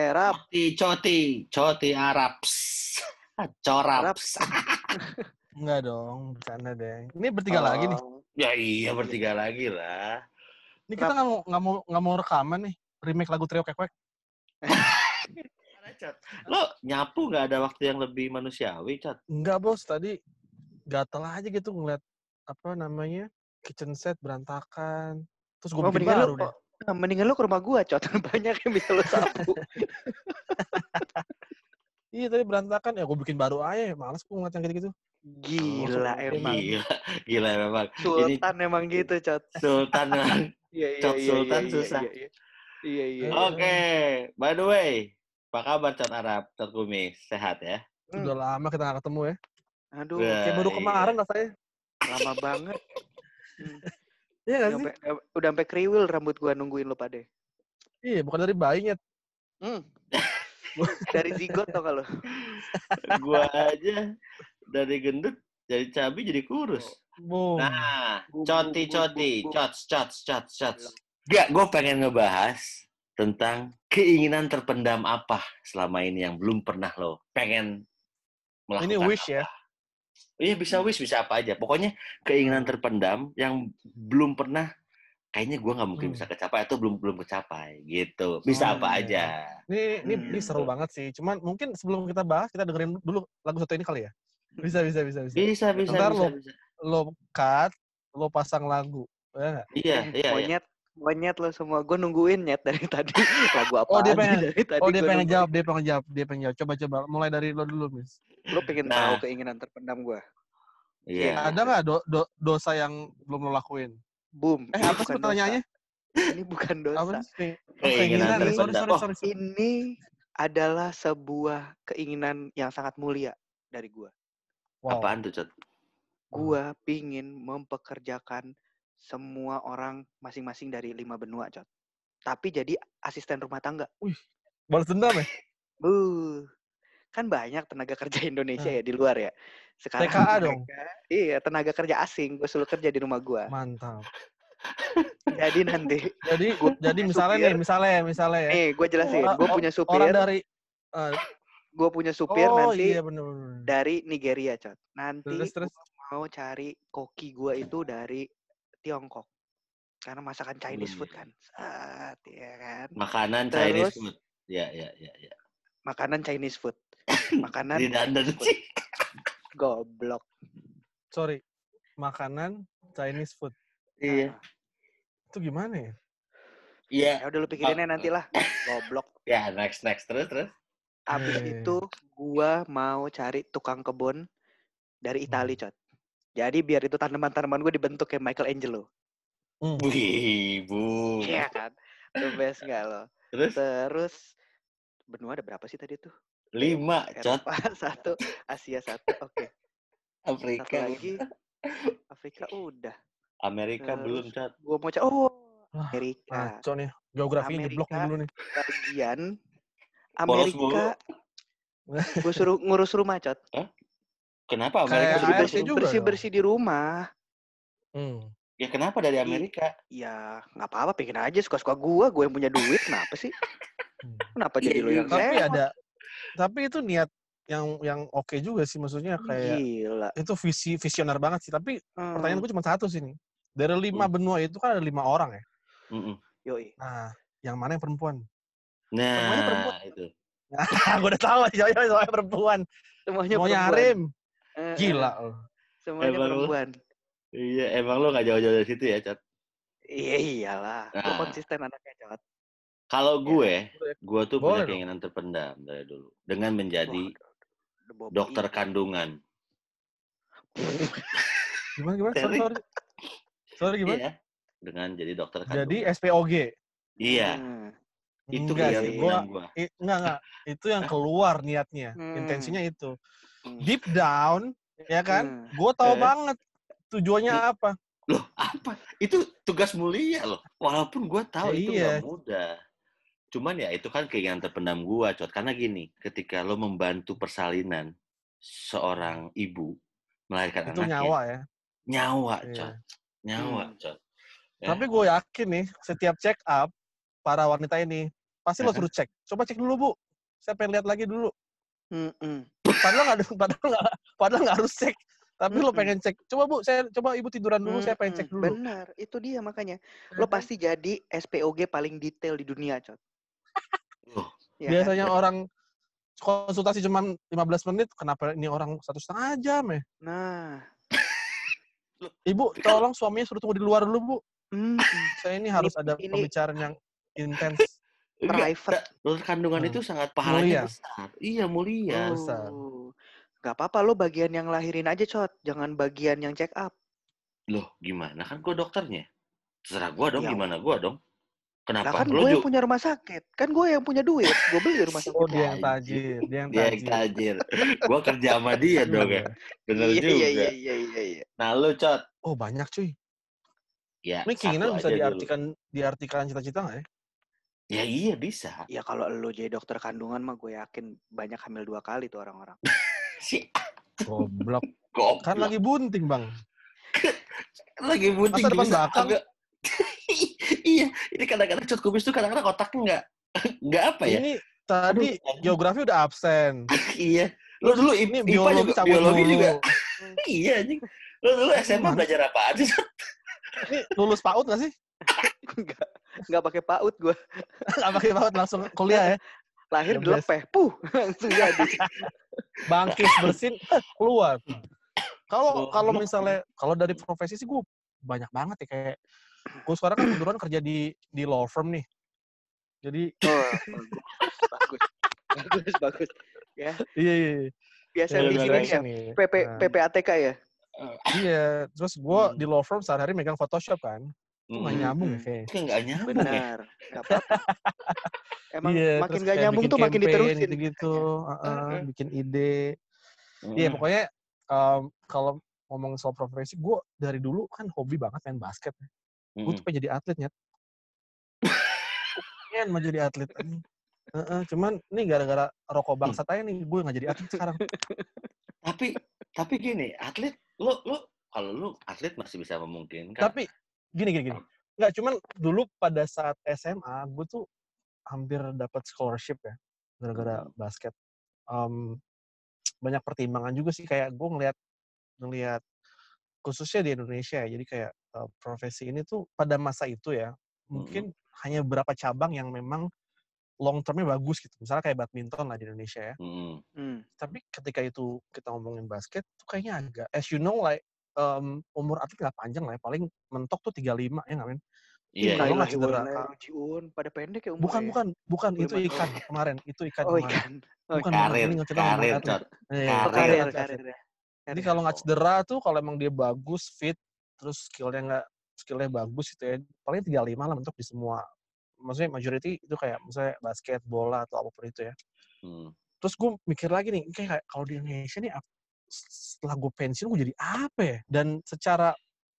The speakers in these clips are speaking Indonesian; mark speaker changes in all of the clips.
Speaker 1: Rap.
Speaker 2: Coti Arabs. Coraps.
Speaker 3: Enggak dong, bercanda deh. Ini bertiga lagi nih.
Speaker 2: Ya iya bertiga lagi lah.
Speaker 3: Ini kita nggak mau rekaman nih, remake lagu Trio Kekwek.
Speaker 2: Lo nyapu nggak ada waktu yang lebih manusiawi, Cat?
Speaker 3: Enggak bos, tadi gatel aja gitu ngeliat apa namanya kitchen set berantakan. Terus gue bikin baru deh.
Speaker 1: Mendingan lu ke rumah gua, Cot. Banyak yang bisa lu sapu.
Speaker 3: Iya tadi berantakan ya, gue bikin baru aja. Males gue ngeliat yang gitu-gitu.
Speaker 1: Gila emang.
Speaker 2: Gila memang.
Speaker 1: Sultan emang gitu, Cot.
Speaker 2: Sultan memang.
Speaker 1: Iya.
Speaker 2: Sultan susah.
Speaker 1: Iya.
Speaker 2: Oke, by the way, apa kabar Cat Arab, Cat Kumis? Sehat ya?
Speaker 3: Sudah lama kita nggak ketemu ya.
Speaker 1: Aduh,
Speaker 3: kayak baru kemarin rasanya.
Speaker 1: Lama banget.
Speaker 3: Iya nggak sih?
Speaker 1: Udah sampai kriwil rambut gua nungguin lo pade.
Speaker 3: Iya, bukan dari bayinya.
Speaker 1: Dari zigot tau kalau.
Speaker 2: Gua aja dari gendut jadi cabi jadi kurus.
Speaker 3: Boom.
Speaker 2: Nah, cots. Gak, gue pengen ngebahas tentang keinginan terpendam apa selama ini yang belum pernah lo pengen melakukan.
Speaker 3: Ini wish
Speaker 2: apa.
Speaker 3: Ya?
Speaker 2: Iya bisa wish, bisa apa aja. Pokoknya keinginan terpendam yang belum pernah, kayaknya gue nggak mungkin bisa kecapai atau belum kecapai gitu. Bisa apa aja.
Speaker 3: Ini seru banget sih. Cuman mungkin sebelum kita bahas, kita dengerin dulu lagu satu ini kali ya. Bisa. Ntar lo cut, lo pasang lagu. Ya
Speaker 2: Iya.
Speaker 1: Monyet lo semua. Gue nungguin nyet dari tadi. Lagu apa
Speaker 3: dia pengen
Speaker 1: jawab.
Speaker 3: Coba. Mulai dari lo dulu, Miss.
Speaker 1: Lo pengen tahu keinginan terpendam gue?
Speaker 2: Iya.
Speaker 3: Ada nggak dosa yang belum lo lakuin?
Speaker 1: Boom.
Speaker 3: Apa sih pertanyaannya?
Speaker 1: Ini bukan dosa.
Speaker 2: Keinginan terpendam.
Speaker 1: Sorry. Ini adalah sebuah keinginan yang sangat mulia dari gue.
Speaker 2: Wow. Apaan tuh, Cot?
Speaker 1: Gue pingin mempekerjakan semua orang masing-masing dari 5 benua, Cot. Tapi jadi asisten rumah tangga.
Speaker 3: Wih, balas dendam ya?
Speaker 1: Kan banyak tenaga kerja Indonesia ya di luar ya. Sekarang
Speaker 3: TKA dong?
Speaker 1: Iya, tenaga kerja asing. Gue suruh kerja di rumah gue.
Speaker 3: Mantap.
Speaker 1: Jadi nanti.
Speaker 3: Jadi misalnya ya.
Speaker 1: Nih, gue jelasin. Gue punya supir.
Speaker 3: Orang dari...
Speaker 1: gue punya supir nanti
Speaker 3: iya, bener.
Speaker 1: dari Nigeria, Cot. Nanti
Speaker 3: terus.
Speaker 1: Gue mau cari koki gue itu dari Tiongkok. Karena masakan Chinese food kan. Ya kan.
Speaker 2: Makanan Chinese food. Ya.
Speaker 1: Makanan Chinese food. Makanan
Speaker 2: Chinese food.
Speaker 1: Goblok.
Speaker 3: Sorry. Makanan Chinese food.
Speaker 2: Iya.
Speaker 3: Itu gimana ya?
Speaker 1: Iya. Ya udah lu pikirinnya nantilah. Goblok.
Speaker 2: Ya, next terus.
Speaker 1: Abis itu gua mau cari tukang kebun dari Italia, Cot. Jadi biar itu tanaman-tanaman gue dibentuk kayak Michelangelo.
Speaker 2: Wih, Bu.
Speaker 1: Iya kan? The best gak lo? Terus benua ada berapa sih tadi tuh?
Speaker 2: 5, Cot.
Speaker 1: Eropa 1, Asia 1, oke.
Speaker 2: Afrika.
Speaker 1: Satu lagi, Afrika udah.
Speaker 2: Amerika belum, Cot.
Speaker 1: Gue mau Amerika.
Speaker 3: Ngaco nih, geografinya jeblok nih dulu nih.
Speaker 1: Bagian Amerika, gue suruh ngurus rumah, Cot.
Speaker 2: Kenapa Amerika
Speaker 1: bersih-bersih di rumah?
Speaker 2: Ya kenapa dari Amerika?
Speaker 1: Ya nggak apa-apa, pengen aja suka-suka gue yang punya duit, kenapa sih? Kenapa jadi lo yang
Speaker 3: Tapi itu niat yang oke juga sih, maksudnya kayak
Speaker 1: gila.
Speaker 3: Itu visioner banget sih. Tapi pertanyaan gue cuma satu sih nih. Dari 5 benua itu kan ada 5 orang ya.
Speaker 1: Yoi.
Speaker 3: Nah, yang mana yang perempuan?
Speaker 2: Semuanya perempuan. Itu.
Speaker 3: Gue udah tahu semuanya perempuan. Semuanya Harim. Gila loh.
Speaker 1: Semuanya perempuan.
Speaker 2: Iya, emang lo gak jauh-jauh dari situ ya, Cot?
Speaker 1: Iya, iyalah. Gue konsisten anaknya, Cot.
Speaker 2: Kalau gue tuh punya keinginan terpendam dari dulu. Dengan menjadi dokter kandungan.
Speaker 3: Gimana? Sorry gimana?
Speaker 2: Iya, dengan jadi dokter kandungan.
Speaker 3: Jadi SPOG?
Speaker 2: Iya. Itu keinginan gue.
Speaker 3: Enggak. Itu yang keluar niatnya. Intensinya itu. Deep down, ya kan? Gue tahu banget tujuannya apa.
Speaker 2: Loh, apa? Itu tugas mulia loh. Walaupun gue tahu itu gak mudah. Cuman ya itu kan keinginan terpendam gue, Cot. Karena gini, ketika lo membantu persalinan seorang ibu melahirkan
Speaker 3: itu
Speaker 2: anaknya.
Speaker 3: Nyawa ya?
Speaker 2: Nyawa, Cot. Nyawa, Cot.
Speaker 3: Ya. Tapi gue yakin nih, setiap check up, para wanita ini pasti lo suruh cek. Coba cek dulu, Bu. Saya pengen lihat lagi dulu. Padahal nggak harus cek. Tapi lo pengen cek. Coba Bu, coba Ibu tiduran dulu, saya pengen cek dulu.
Speaker 1: Benar, itu dia makanya. Lo pasti jadi SPOG paling detail di dunia, Cot.
Speaker 3: Biasanya orang konsultasi cuma 15 menit, kenapa ini orang 1,5 jam ya?
Speaker 1: Nah.
Speaker 3: Ibu, tolong suaminya suruh tunggu di luar dulu, Bu. Saya ini harus ada pembicaraan yang intens.
Speaker 1: Private.
Speaker 2: Dokter kandungan itu sangat pahalanya besar. Iya, mulia.
Speaker 3: Besar.
Speaker 1: Gak apa-apa, lo bagian yang lahirin aja, Cot. Jangan bagian yang check up.
Speaker 2: Loh, gimana? Kan gue dokternya. Terserah gue dong, gimana gue dong. Kenapa?
Speaker 1: Lah kan gue yang punya rumah sakit. Kan gue yang punya duit. Gue beli rumah sakit.
Speaker 3: Oh, dia yang tajir.
Speaker 2: Dia yang tajir. Gue kerja sama dia dong ya. Bener juga.
Speaker 1: Iya.
Speaker 2: Nah, lu, Cot.
Speaker 3: Oh, banyak, cuy.
Speaker 2: Ya,
Speaker 3: ini keinginan bisa diartikan cita-cita nggak ya?
Speaker 2: Ya iya, bisa.
Speaker 1: Ya kalau lu jadi dokter kandungan mah gue yakin banyak hamil 2 kali tuh orang-orang.
Speaker 3: Goblok. Kan lagi bunting, Bang.
Speaker 2: Lagi bunting.
Speaker 3: Masa depan belakang?
Speaker 2: Iya, ini kadang-kadang Cot Kubis tuh kadang-kadang otaknya nggak apa ya?
Speaker 3: Ini tadi geografi udah absen.
Speaker 2: Iya. Lo dulu
Speaker 3: ini biologi
Speaker 2: juga. Iya anjing. Lo dulu SMA belajar apa aja?
Speaker 3: Ini lulus PAUD nggak sih?
Speaker 1: Nggak pakai PAUD gue.
Speaker 3: Nggak pakai PAUD, langsung kuliah ya?
Speaker 1: Lahir dilepeh, langsung jadi.
Speaker 3: Bangkis bersin, keluar. Kalau misalnya, kalau dari profesi sih gue banyak banget ya, kayak gue sekarang kan kebetulan kerja di law firm nih. Jadi
Speaker 1: bagus. Ya.
Speaker 3: Iya.
Speaker 1: Biasa di sini ya, PPATK ya?
Speaker 3: Iya, terus gue di law firm sehari-hari megang Photoshop kan. Itu nggak nyambung ya kayaknya.
Speaker 2: Nggak nyambung.
Speaker 1: Benar, nggak apa-apa. Emang makin nggak nyambung tuh makin diterusin.
Speaker 3: Gitu-gitu, bikin ide. Iya, pokoknya kalau ngomong soal profesi, gue dari dulu kan hobi banget main basket. Gue tuh pengen jadi atlet, Nyet. Pengen mau jadi atlet. Cuman nih gara-gara rokok bangsat aja nih, gue nggak jadi atlet sekarang.
Speaker 2: Tapi gini, atlet, lo kalau lo atlet masih bisa memungkinkan.
Speaker 3: Tapi gini. Nggak, cuman dulu pada saat SMA, gue tuh hampir dapat scholarship ya, gara-gara basket. Banyak pertimbangan juga sih, kayak gue ngelihat khususnya di Indonesia ya, jadi kayak profesi ini tuh pada masa itu ya, mungkin hanya beberapa cabang yang memang long term-nya bagus gitu. Misalnya kayak badminton lah di Indonesia ya. Tapi ketika itu kita ngomongin basket, tuh kayaknya agak, as you know, like, umur atlet nggak panjang lah ya, paling mentok tuh 35 ya nggak men?
Speaker 2: Iya.
Speaker 3: Kalau nggak cedera.
Speaker 1: Pada pendek ya umurnya.
Speaker 3: Bukan itu ikan kemarin. Bukan
Speaker 1: karir.
Speaker 3: Jadi kalau nggak cedera tuh, kalau emang dia bagus, fit, terus skillnya bagus gitu ya, paling 35 lah mentok di semua. Maksudnya majority itu kayak misalnya basket, bola, atau apapun itu ya. Terus gue mikir lagi nih, kayak kalau di Indonesia nih, setelah gue pensiun gue jadi apa ya? Dan secara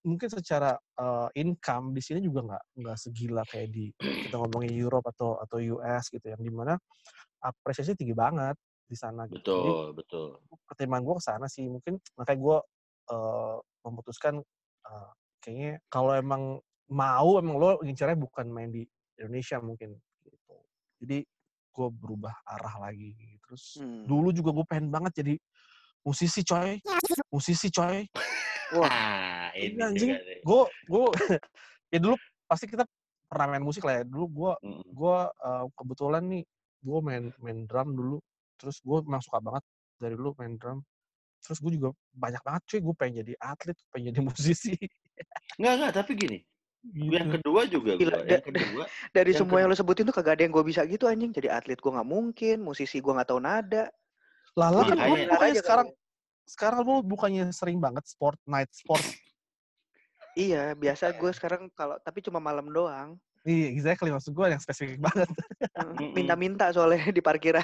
Speaker 3: income di sini juga nggak segila kayak di kita ngomongin Europe atau US gitu, yang dimana apresiasi tinggi banget di sana.
Speaker 2: Betul, jadi, betul.
Speaker 3: Pertimbangan gue kesana sih, mungkin makanya gue memutuskan kayaknya kalau emang lo ngincarnya bukan main di Indonesia mungkin gitu. Jadi gue berubah arah lagi. Terus dulu juga gue pengen banget jadi musisi coy.
Speaker 2: Wah, ini
Speaker 3: anjing. Gue ya dulu pasti kita pernah main musik lah ya. Dulu gue kebetulan nih gue main drum dulu. Terus gue memang suka banget dari dulu main drum. Terus gue juga banyak banget cuy, gue pengen jadi atlet, pengen jadi musisi.
Speaker 2: Enggak, tapi gini. Gitu. Yang kedua juga
Speaker 1: dari semua yang lo sebutin tuh kagak ada yang gue bisa gitu anjing. Jadi atlet gue nggak mungkin, musisi gue nggak tahu nada.
Speaker 3: Lala kan gue bukannya sekarang lo bukannya sering banget night sport.
Speaker 1: Iya, biasa gue sekarang tapi cuma malam doang.
Speaker 3: Iya, exactly, maksud gue yang spesifik banget.
Speaker 1: Minta-minta soalnya di parkiran.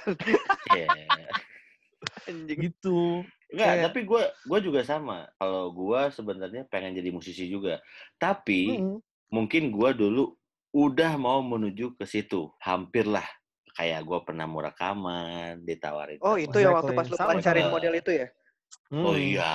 Speaker 3: Anjing. Gitu.
Speaker 2: Enggak, tapi gue juga sama. Kalau gue sebenarnya pengen jadi musisi juga. Tapi mungkin gue dulu udah mau menuju ke situ. Hampir lah. Kayak gue pernah mau rekaman, ditawarin.
Speaker 1: Oh, itu yang waktu pas lu pacarin model itu ya?
Speaker 2: Oh iya.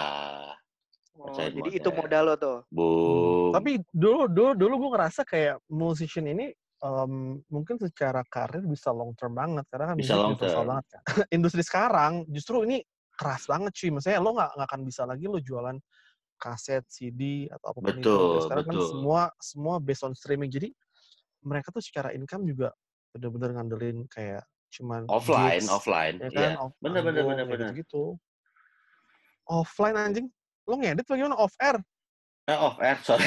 Speaker 1: Jadi itu modal lo tuh.
Speaker 2: Boom.
Speaker 3: Tapi dulu gue ngerasa kayak musician ini mungkin secara karir bisa long term banget karena kan
Speaker 2: Bisa
Speaker 3: musik
Speaker 2: long
Speaker 3: universal
Speaker 2: term.
Speaker 3: banget kan. Industri sekarang justru ini keras banget cuy. Maksudnya lo nggak akan bisa lagi lo jualan kaset, CD atau apapun itu gitu.
Speaker 2: Betul,
Speaker 3: Sekarang kan
Speaker 2: betul.
Speaker 3: semua based on streaming. Jadi mereka tuh secara income juga bener-bener ngandelin kayak cuman
Speaker 2: Offline,
Speaker 3: gigs, ya kan,
Speaker 2: iya. Bener.
Speaker 3: manggung kayak gitu-gitu. Offline anjing, lo ngedit bagaimana off air?
Speaker 2: Off air, sorry.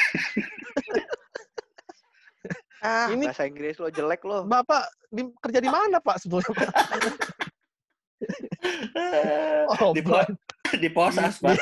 Speaker 3: Ini
Speaker 1: bahasa Inggris lo jelek lo.
Speaker 3: Bapak kerja di mana Pak sebetulnya Pak?
Speaker 2: Di Posas, Pak.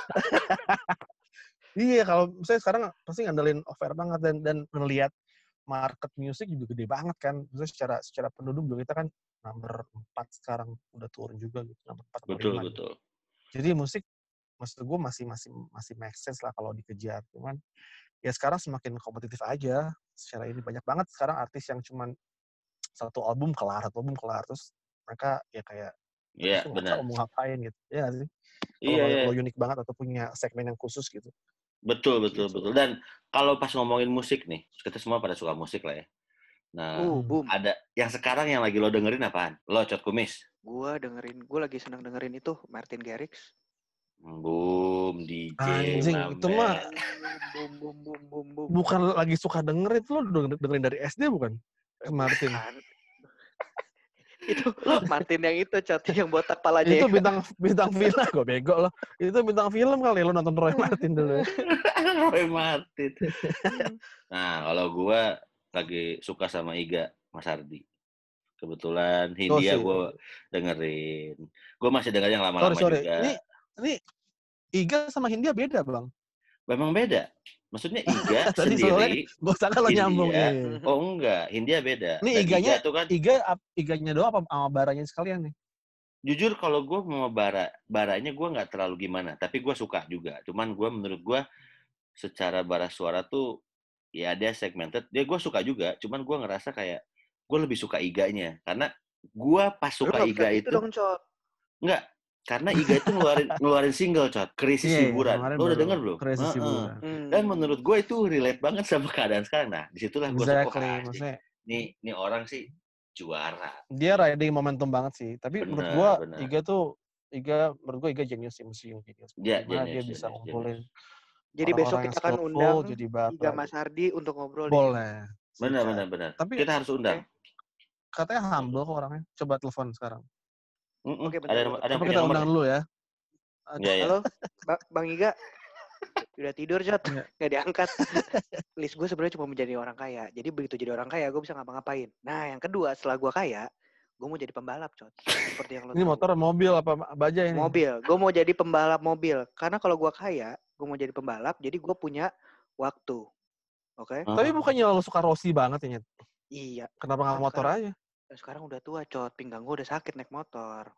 Speaker 3: Iya, kalau saya sekarang pasti ngandelin off air banget dan melihat market musik juga gede banget kan. Maksudnya secara penduduk juga kita kan nomor 4 sekarang udah turun juga gitu, nomor 4 atau 5 gitu.
Speaker 2: Betul.
Speaker 3: Jadi musik maksud gue masih make sense lah kalau dikejar. Cuman ya sekarang semakin kompetitif aja secara ini. Banyak banget sekarang artis yang cuman satu album kelar terus mereka ya kayak
Speaker 2: Iya,
Speaker 3: tuh nggak
Speaker 2: benar.
Speaker 3: tahu mau ngapain gitu. Ya sih.
Speaker 2: Iya.
Speaker 3: Kalau lo unik banget atau punya segmen yang khusus gitu.
Speaker 2: Betul. Dan kalau pas ngomongin musik nih, kita semua pada suka musik lah ya. Nah,
Speaker 1: Boom.
Speaker 2: ada yang sekarang yang lagi lo dengerin apaan? Lo Cot Kumis?
Speaker 1: Gue lagi senang dengerin itu Martin Garrix.
Speaker 2: Boom, DJ.
Speaker 3: Anjing, itu mah
Speaker 1: boom.
Speaker 3: Bukan lagi suka denger itu lo dengerin dari SD bukan? Martin.
Speaker 1: Itu Martin yang itu Cot, yang botak palanya.
Speaker 3: Itu bintang film gue bego lo. Itu bintang film kali lo nonton Roy Martin dulu.
Speaker 2: Roy Martin. Nah, kalau gue lagi suka sama Iga Mas Ardi. Kebetulan Hindia gue dengerin. Gue masih denger yang lama-lama
Speaker 3: sorry.
Speaker 2: juga.
Speaker 3: Ini Iga sama Hindia beda bang?
Speaker 2: Memang beda. Maksudnya Iga
Speaker 3: tadi
Speaker 2: sendiri.
Speaker 3: Gue sangka lo nyambung nih.
Speaker 2: Oh enggak, Hindia beda.
Speaker 3: Ini Iganya tuh kan Iganya doang apa sama baranya sekalian nih?
Speaker 2: Jujur kalau gue mau baranya gue nggak terlalu gimana, tapi gue suka juga. Cuman menurut gue secara bara suara tuh ya dia segmented. Gue suka juga, cuman gue ngerasa kayak gue lebih suka Iganya karena gue pas suka Iga itu
Speaker 1: dong, Cot.
Speaker 2: Enggak, karena Iga itu ngeluarin single, Cot, Krisis Hiburan. Lo udah denger belum?
Speaker 3: Krisis Hiburan.
Speaker 2: Dan menurut gue itu relate banget sama keadaan sekarang. Nah, disitulah gue suka. Nih orang sih juara.
Speaker 3: Dia riding momentum banget sih. Tapi menurut gue Iga genius sih, museum genius. Gimana dia bisa ngumpulin.
Speaker 1: Jadi besok kita akan undang Iga Mas Ardi untuk ngobrol.
Speaker 3: Boleh.
Speaker 2: Benar.
Speaker 3: Tapi
Speaker 2: kita harus undang.
Speaker 3: Katanya humble kok orangnya. Coba telepon sekarang.
Speaker 1: Oke,
Speaker 2: ada
Speaker 3: coba kita undang dulu ya.
Speaker 1: Halo, Bang Iga. Udah tidur, Jot. Nggak diangkat. List gue sebenarnya cuma menjadi orang kaya. Jadi begitu jadi orang kaya, gue bisa ngapa-ngapain. Nah, yang kedua, setelah gue kaya, gue mau jadi pembalap, Cot. Seperti yang lo
Speaker 3: Ini tahu. Motor, mobil, apa baja ini?
Speaker 1: Mobil. Gue mau jadi pembalap mobil. Karena kalau gue kaya, gue mau jadi pembalap, jadi gue punya waktu. Oke?
Speaker 3: Tapi bukannya lo suka Rossi banget ya, Nyet?
Speaker 1: Iya.
Speaker 3: Kenapa nggak motor aja?
Speaker 1: Sekarang udah tua, Cot. Pinggang gue udah sakit naik motor.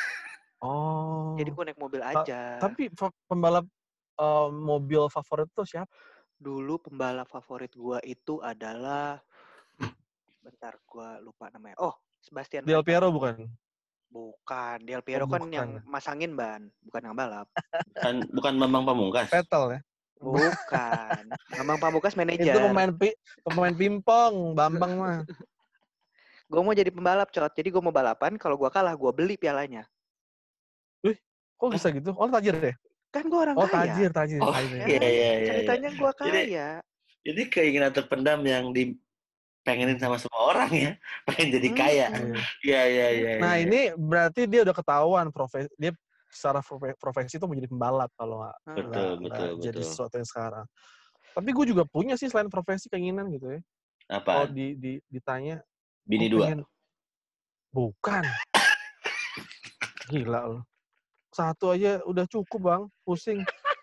Speaker 3: Oh.
Speaker 1: Jadi gue naik mobil aja.
Speaker 3: Tapi pembalap mobil favorit tuh siapa?
Speaker 1: Dulu pembalap favorit gue itu adalah bentar, gue lupa namanya. Oh, Sebastian
Speaker 3: Del Piero bukan?
Speaker 1: Bukan. Del Piero kan yang masangin ban, bukan yang balap.
Speaker 2: Bukan Bambang Pamungkas.
Speaker 3: Vettel ya?
Speaker 1: Bukan. Bambang Pamungkas manajer.
Speaker 3: Itu pemain pingpong, Bambang mah.
Speaker 1: Gue mau jadi pembalap, Cot. Jadi gue mau balapan, kalau gue kalah, gue beli pialanya.
Speaker 3: Wih, kok bisa gitu? Oh, tajir deh?
Speaker 1: Kan gue orang kaya.
Speaker 3: Tajir.
Speaker 2: Oh, iya.
Speaker 1: Ceritanya gue kaya.
Speaker 2: Jadi keinginan terpendam yang pengenin sama semua orang ya. Pengen jadi kaya. Iya.
Speaker 3: Nah, ini berarti dia udah ketahuan dia secara profesi itu mau jadi pembalap kalau nggak jadi sesuatu yang sekarang. Tapi gue juga punya sih selain profesi keinginan gitu ya.
Speaker 2: Apa?
Speaker 3: Kalau ditanya.
Speaker 2: Bini dua?
Speaker 3: Bukan. Gila loh. Satu aja udah cukup bang, pusing.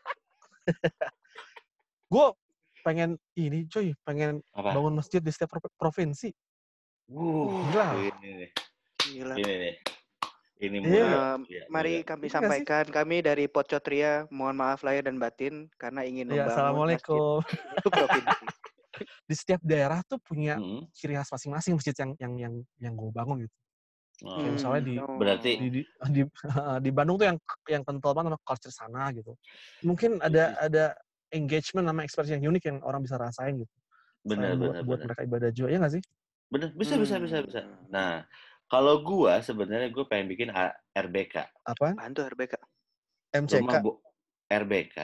Speaker 3: Gue pengen bangun masjid di setiap provinsi.
Speaker 1: Gila.
Speaker 2: Ini
Speaker 1: mari kami sampaikan, kami dari Podcotria, mohon maaf lahir dan batin karena ingin membangun
Speaker 3: Assalamualaikum.
Speaker 1: Masjid itu provinsi.
Speaker 3: Di setiap daerah tuh punya ciri khas masing-masing masjid yang gue bangun gitu. Misalnya di Bandung tuh yang kental banget sama culture sana gitu. Mungkin ada engagement sama experience yang unik yang orang bisa rasain gitu.
Speaker 2: Bener.
Speaker 3: buat mereka ibadah juga, ya nggak sih?
Speaker 2: Bener, bisa. Nah, kalau gua sebenarnya gue pengen bikin RBK.
Speaker 3: Apa?
Speaker 1: Apaan tuh RBK?
Speaker 3: MCK.
Speaker 2: RBK.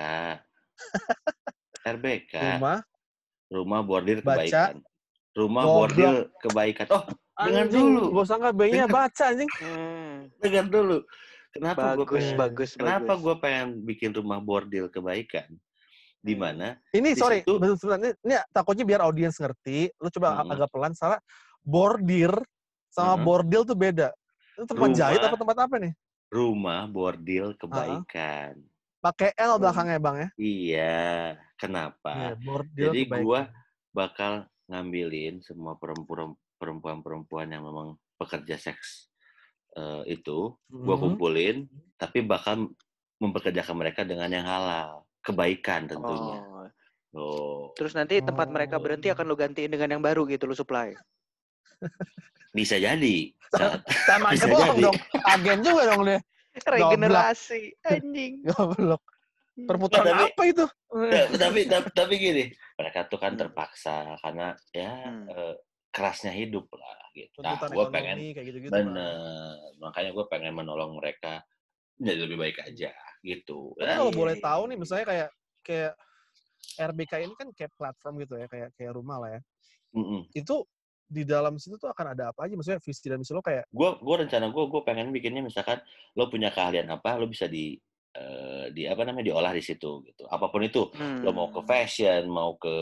Speaker 2: RBK. Rumah Bordil
Speaker 3: Baca.
Speaker 2: Kebaikan. Rumah
Speaker 3: Goblok.
Speaker 2: Bordil Kebaikan. Oh, dengar
Speaker 3: Anjing,
Speaker 2: dulu.
Speaker 3: gak usah nggak B-nya baca anjing.
Speaker 2: Dengar dulu.
Speaker 1: Bagus.
Speaker 2: Kenapa gue pengen bikin rumah bordil kebaikan? Di mana?
Speaker 3: Ini
Speaker 2: di
Speaker 3: sorry,
Speaker 2: situ,
Speaker 3: ini takutnya biar audiens ngerti. Lu coba agak pelan. Salah. Bordir sama bordil tuh beda. Itu tempat jahit apa tempat apa nih?
Speaker 2: Rumah Bordil Kebaikan.
Speaker 3: Pakai L belakangnya Bang ya?
Speaker 2: Iya. Kenapa? Jadi gue bakal ngambilin semua perempuan-perempuan yang memang pekerja seks itu, gue kumpulin, tapi bakal mempekerjakan mereka dengan yang halal, kebaikan tentunya.
Speaker 1: Terus nanti tempat mereka berhenti akan lu gantiin dengan yang baru gitu, lu supply.
Speaker 2: Bisa jadi.
Speaker 3: Sama aja bohong dong. Agen juga dong dia.
Speaker 1: Regenerasi, anjing.
Speaker 3: Goblok. Perputaran apa itu?
Speaker 2: Tapi gini, mereka tuh kan terpaksa karena kerasnya hidup lah gitu. Nah, gue pengen
Speaker 3: gitu,
Speaker 2: bener, makanya gue pengen menolong mereka jadi lebih baik aja gitu.
Speaker 3: Tapi kalau boleh tahu nih, misalnya kayak RBK ini kan kayak platform gitu ya, kayak rumah lah ya. Itu di dalam situ tuh akan ada apa aja? Maksudnya visi dan misi lo kayak?
Speaker 2: Gue rencana gue pengen bikinnya misalkan lo punya keahlian apa, lo bisa diolah di situ gitu. Apapun itu, lo mau ke fashion, mau ke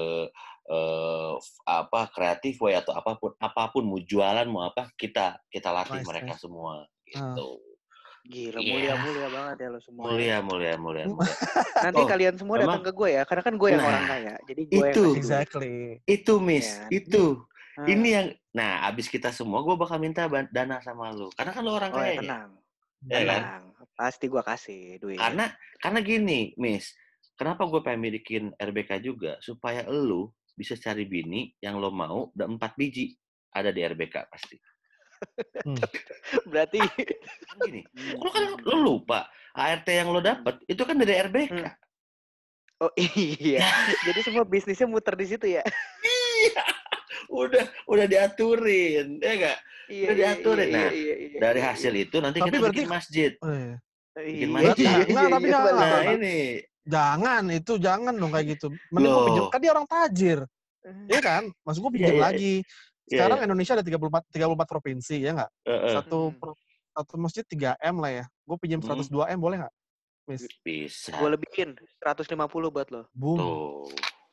Speaker 2: kreatif way atau apapun mau jualan mau apa, kita latih mereka semua gitu.
Speaker 1: Gila, mulia banget ya lo semua.
Speaker 2: Mulia.
Speaker 1: Nanti kalian semua datang ke gue ya, karena kan gue yang orang kaya. Jadi gue
Speaker 2: itu Miss, itu. Ini yang, abis kita semua gue bakal minta dana sama lo, karena kan lo orang kaya.
Speaker 1: Tenang.
Speaker 2: Kan?
Speaker 1: Pasti gue kasih duit.
Speaker 2: Karena gini, Miss, kenapa gue pengen bikin RBK juga, supaya lo bisa cari bini yang lo mau, dan 4 biji ada di RBK pasti.
Speaker 1: Berarti
Speaker 2: gini, lo lupa ART yang lo dapet itu kan dari RBK.
Speaker 1: Oh iya. Jadi semua bisnisnya muter di situ ya.
Speaker 2: Iya. Udah diaturin, ya nggak? Udah diaturin. Dari hasil itu nanti kita bikin masjid. Bikin masjid.
Speaker 3: Tapi
Speaker 2: ini.
Speaker 3: Jangan dong kayak gitu. Mending gue pinjam, kan dia orang tajir. Iya kan? Maksud gue pinjam lagi. Sekarang Indonesia ada 34 provinsi, ya nggak? Satu masjid 3M lah ya. Gue pinjam 102M, boleh nggak?
Speaker 2: Bisa.
Speaker 1: Gue lebihin 150 buat lo.
Speaker 3: Boom.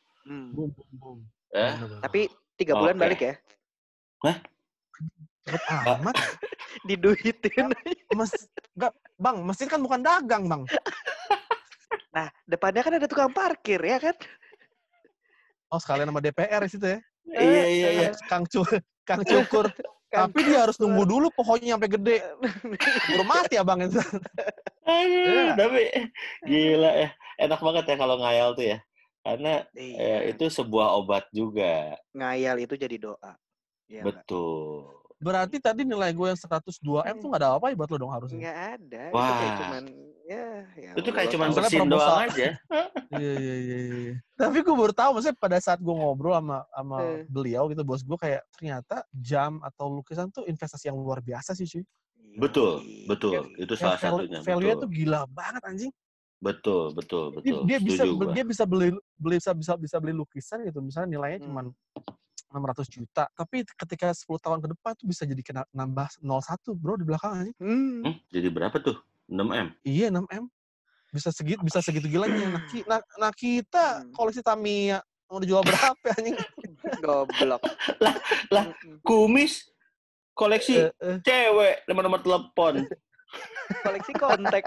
Speaker 1: Tapi 3 bulan balik ya?
Speaker 2: Hah?
Speaker 3: Cepet amat.
Speaker 1: Diduitin.
Speaker 3: Bang, masjid kan bukan dagang, Bang.
Speaker 2: Nah,
Speaker 1: depannya kan ada tukang parkir, ya kan?
Speaker 3: Oh, sekalian sama DPR di situ ya?
Speaker 2: Iya.
Speaker 3: Kang Cukur. Tapi dia harus nunggu dulu pohonnya sampai gede. Baru mati abang itu.
Speaker 2: Tapi gila ya. Enak banget ya kalau ngayal tuh ya. Karena itu sebuah obat juga.
Speaker 1: Ngayal itu jadi doa.
Speaker 2: Ya, betul.
Speaker 3: Berarti tadi nilai gue yang 102M tuh nggak ada apa-apa buat lo dong harusnya?
Speaker 1: Nggak ada.
Speaker 2: Wah.
Speaker 1: Itu kayak cuman
Speaker 2: itu kayak cuman bersihin doang aja.
Speaker 3: Iya. Tapi gue baru tahu, maksudnya pada saat gue ngobrol sama beliau gitu, bos gue, kayak ternyata jam atau lukisan tuh investasi yang luar biasa sih, cuy.
Speaker 2: Betul. Itu salah satunya.
Speaker 3: Value-nya tuh gila banget anjing.
Speaker 2: Betul.
Speaker 3: Dia bisa beli lukisan gitu, misalnya nilainya cuma 600 juta, tapi ketika 10 tahun ke depan tuh bisa jadi nambah 01 bro di belakang aja.
Speaker 2: Jadi berapa tuh? 6M?
Speaker 3: Iya, 6M. Bisa segitu gilanya. Nah kita koleksi Tamiya mau dijual berapa anjing?
Speaker 1: Goblok.
Speaker 2: Lah, kumis koleksi cewek nomor telepon.
Speaker 1: Koleksi kontak.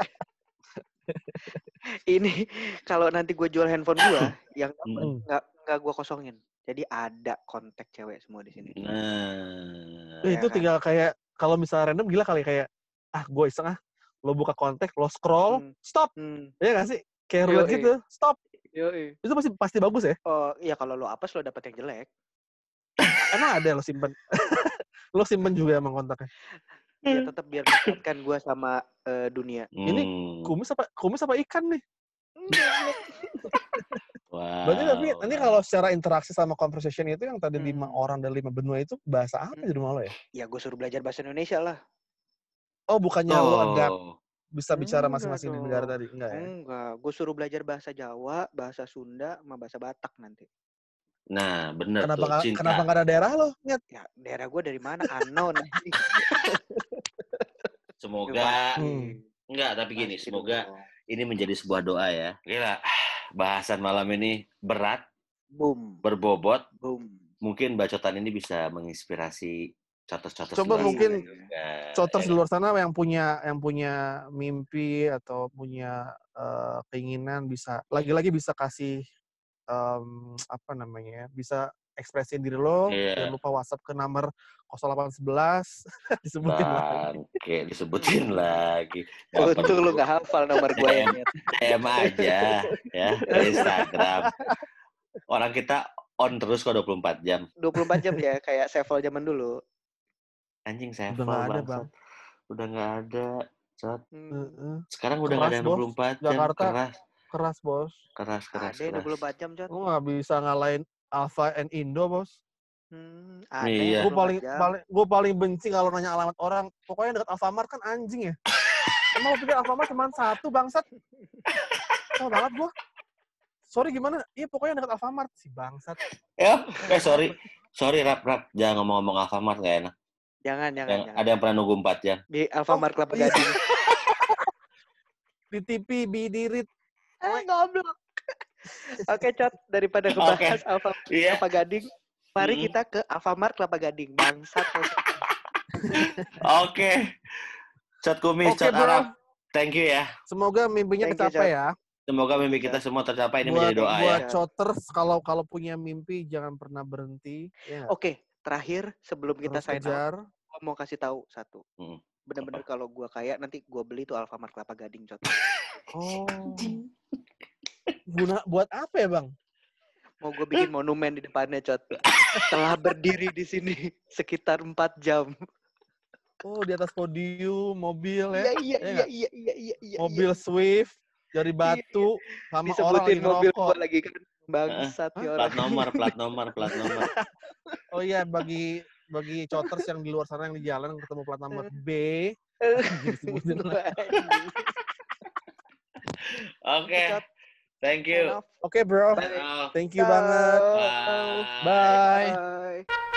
Speaker 1: Ini kalau nanti gue jual handphone gue yang nggak gue kosongin. Jadi ada kontak cewek semua di sini.
Speaker 3: Itu kan? Tinggal kayak kalau misalnya random gila kali, kayak gue iseng lo buka kontak, lo scroll, stop. Iya nggak sih? Kayak roulette gitu, stop. Itu pasti bagus ya?
Speaker 1: Oh iya, kalau lo apes lo dapet yang jelek.
Speaker 3: Emang ada lo simpen? Lo simpen juga emang kontaknya?
Speaker 1: Ya tetap biar mendekatkan gue sama dunia.
Speaker 3: Ini kumis apa ikan nih?
Speaker 2: Wow.
Speaker 3: Berarti tapi nanti kalau secara interaksi sama conversation itu yang tadi 5 orang dan 5 benua itu bahasa apa di rumah lo ya?
Speaker 1: Ya gue suruh belajar bahasa Indonesia lah.
Speaker 3: Oh, bukannya lo adapt bisa bicara
Speaker 1: Enggak
Speaker 3: masing-masing di negara tadi? Enggak ya?
Speaker 1: Enggak, gue suruh belajar bahasa Jawa, bahasa Sunda, sama bahasa Batak nanti.
Speaker 2: Nah, bener
Speaker 3: Kenapa
Speaker 2: tuh, cinta.
Speaker 3: Kenapa nggak ada daerah lo? Nyet.
Speaker 1: Ya, daerah gue dari mana? Unknown.
Speaker 2: Semoga, enggak, tapi gini, semoga ini menjadi sebuah doa ya. Gila, bahasan malam ini berat, berbobot, mungkin bacotan ini bisa menginspirasi cotos-cotos.
Speaker 3: Coba mungkin cotos di
Speaker 2: ya.
Speaker 3: luar sana yang punya mimpi atau punya keinginan bisa lagi-lagi bisa kasih apa namanya ya, bisa ekspresiin diri lo, jangan lupa WhatsApp ke nomor 0811 disebutin
Speaker 2: lagi. Disebutin lagi.
Speaker 1: Untung lu nggak hafal nomor gue ya.
Speaker 2: DM aja ya ke Instagram. Orang kita on terus kok 24 jam.
Speaker 1: 24 jam ya, kayak Sevel zaman dulu.
Speaker 2: Anjing Sevel bangsat. Udah nggak ada, Cot. Sekarang udah nggak ada 24 jam.
Speaker 3: Jakarta keras, Bos.
Speaker 2: Keras.
Speaker 1: Ada 24 jam, Cot.
Speaker 3: Lu nggak bisa ngalahin Alfa and Indo, Bos.
Speaker 1: Ada.
Speaker 2: Iya.
Speaker 3: Gue paling benci kalau nanya alamat orang. Pokoknya dekat Alfamart kan anjing ya. Emang lo pikir Alfamart cuma satu, bangsat? Tahu banget gue. Sorry gimana? Iya pokoknya dekat Alfamart si bangsat.
Speaker 2: Ya, sorry rap. Jangan ngomong Alfamart nggak enak.
Speaker 1: Jangan.
Speaker 2: Ada yang pernah nunggu 4 jam.
Speaker 1: Di Alfamart Kelapa Gading.
Speaker 3: Di TV Bidirit.
Speaker 1: Goblok. Oke, Cot, daripada ngebahas Alfamart Kelapa Gading, mari kita ke Alfamart Kelapa Gading. Bangsat.
Speaker 2: Oke. Cot Kumis, Cot Arab. Thank you ya.
Speaker 3: Semoga mimpinya tercapai ya.
Speaker 2: Semoga mimpi kita semua tercapai. Ini menjadi doa ya.
Speaker 3: Buat Coters, kalau punya mimpi jangan pernah berhenti. Ya.
Speaker 1: Oke, terakhir sebelum kita sign out, gue mau kasih tahu satu. Bener-bener kalau gue kaya, nanti gue beli tuh Alfamart Kelapa Gading, Cot.
Speaker 3: Oh. Buat apa ya, Bang?
Speaker 1: Mau gue bikin monumen di depannya, Cot. Telah berdiri di sini sekitar 4 jam.
Speaker 3: Oh, di atas podium, mobil ya?
Speaker 1: Iya.
Speaker 3: Mobil Swift. Dari batu sama
Speaker 1: disebutin
Speaker 3: orang
Speaker 1: mobil gue lagi kan bangsat ya orang.
Speaker 2: Plat nomor.
Speaker 3: Oh iya, bagi Coters yang di luar sana yang di jalan ketemu plat nomor B.
Speaker 2: Oke. Thank you.
Speaker 3: Oke, bro. Thank you banget.
Speaker 2: Bye.